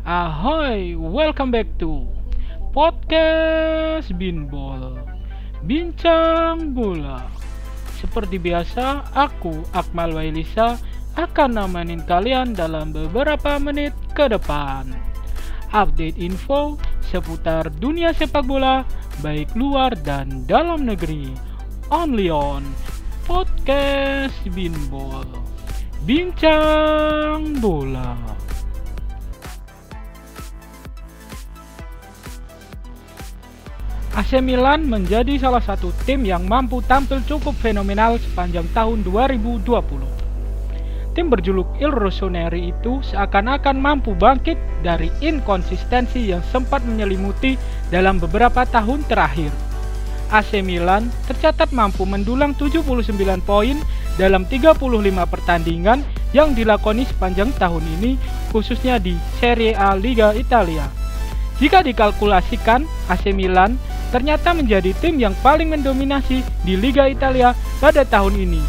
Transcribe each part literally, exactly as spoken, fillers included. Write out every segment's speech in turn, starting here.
Ahoy, welcome back to Podcast Binbol, Bincang Bola. Seperti biasa, aku Akmal Wailisa akan nemenin kalian dalam beberapa menit ke depan. Update info seputar dunia sepak bola, baik luar dan dalam negeri. Only on Podcast Binbol, Bincang Bola. A C Milan menjadi salah satu tim yang mampu tampil cukup fenomenal sepanjang tahun dua ribu dua puluh. Tim berjuluk Il Rossoneri itu seakan-akan mampu bangkit dari inkonsistensi yang sempat menyelimuti dalam beberapa tahun terakhir. A C Milan tercatat mampu mendulang tujuh puluh sembilan poin dalam tiga puluh lima pertandingan yang dilakoni sepanjang tahun ini, khususnya di Serie A Liga Italia. Jika dikalkulasikan, A C Milan ternyata menjadi tim yang paling mendominasi di Liga Italia pada tahun ini.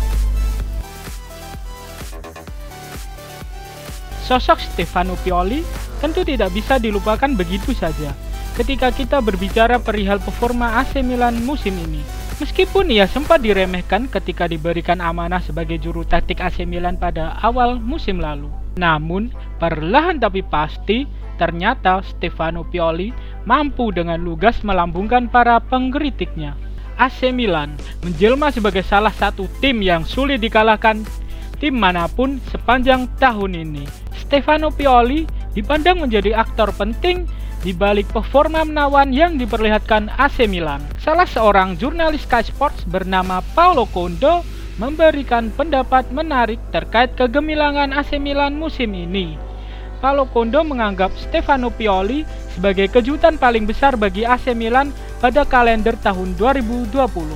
Sosok Stefano Pioli tentu tidak bisa dilupakan begitu saja ketika kita berbicara perihal performa A C Milan musim ini. Meskipun ia sempat diremehkan ketika diberikan amanah sebagai juru taktik A C Milan pada awal musim lalu. Namun, perlahan tapi pasti, ternyata Stefano Pioli mampu dengan lugas melambungkan para pengkritiknya. A C Milan menjelma sebagai salah satu tim yang sulit dikalahkan tim manapun sepanjang tahun ini. Stefano Pioli dipandang menjadi aktor penting di balik performa menawan yang diperlihatkan A C Milan. Salah seorang jurnalis Sky Sports bernama Paolo Condo memberikan pendapat menarik terkait kegemilangan A C Milan musim ini. Paolo Condo menganggap Stefano Pioli sebagai kejutan paling besar bagi A C Milan pada kalender tahun dua ribu dua puluh.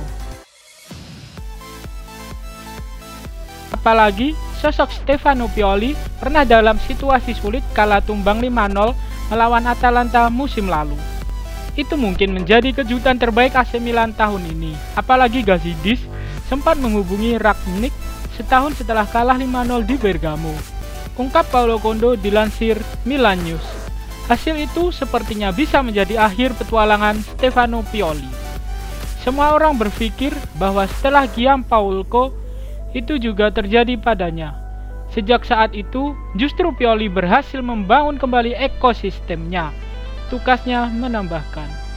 Apalagi sosok Stefano Pioli pernah dalam situasi sulit kala tumbang lima nol melawan Atalanta musim lalu. Itu mungkin menjadi kejutan terbaik A C Milan tahun ini. Apalagi Gazidis sempat menghubungi Rangnick setahun setelah kalah lima nol di Bergamo. Ungkap Paolo Condo dilansir Milan News. Hasil itu sepertinya bisa menjadi akhir petualangan Stefano Pioli. Semua orang berpikir bahwa setelah Gianpaolo itu juga terjadi padanya. Sejak saat itu, justru Pioli berhasil membangun kembali ekosistemnya. Tugasnya menambahkan.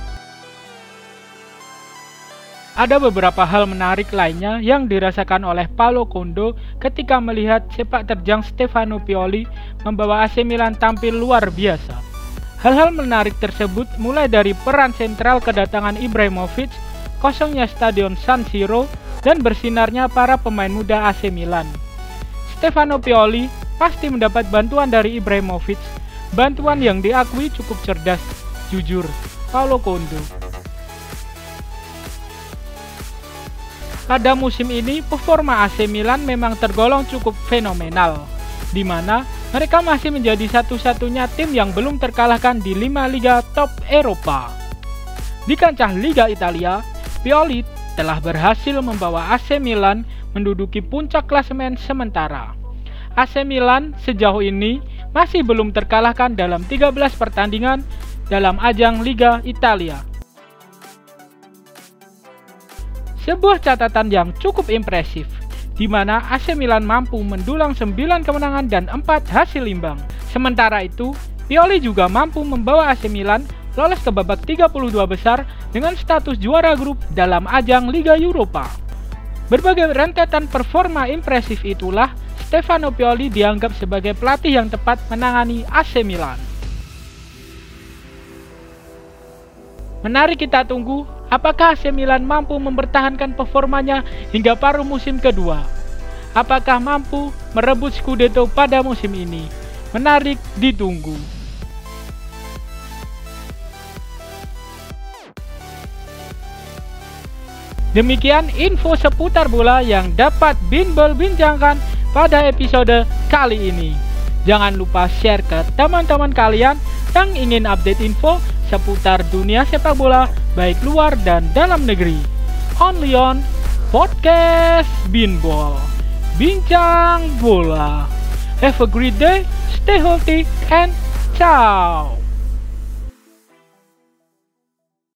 Ada beberapa hal menarik lainnya yang dirasakan oleh Paolo Condo ketika melihat sepak terjang Stefano Pioli membawa A C Milan tampil luar biasa. Hal-hal menarik tersebut mulai dari peran sentral kedatangan Ibrahimovic, kosongnya Stadion San Siro, dan bersinarnya para pemain muda A C Milan. Stefano Pioli pasti mendapat bantuan dari Ibrahimovic, bantuan yang diakui cukup cerdas, jujur, Paolo Condo. Pada musim ini, performa A C Milan memang tergolong cukup fenomenal, di mana mereka masih menjadi satu-satunya tim yang belum terkalahkan di lima liga top Eropa. Di kancah Liga Italia, Pioli telah berhasil membawa A C Milan menduduki puncak klasemen sementara. A C Milan sejauh ini masih belum terkalahkan dalam tiga belas pertandingan dalam ajang Liga Italia. Sebuah catatan yang cukup impresif, di mana A C Milan mampu mendulang sembilan kemenangan dan empat hasil imbang. Sementara itu, Pioli juga mampu membawa A C Milan lolos ke babak tiga puluh dua besar dengan status juara grup dalam ajang Liga Eropa. Berbagai rentetan performa impresif itulah Stefano Pioli dianggap sebagai pelatih yang tepat menangani A C Milan. Menarik kita tunggu, apakah A C Milan mampu mempertahankan performanya hingga paruh musim kedua? Apakah mampu merebut Scudetto pada musim ini? Menarik ditunggu. Demikian info seputar bola yang dapat Binbol bincangkan pada episode kali ini. Jangan lupa share ke teman-teman kalian yang ingin update info seputar dunia sepak bola baik luar dan dalam negeri. Only on Podcast Binbol, Bincang Bola. Have a great day, stay healthy and Ciao.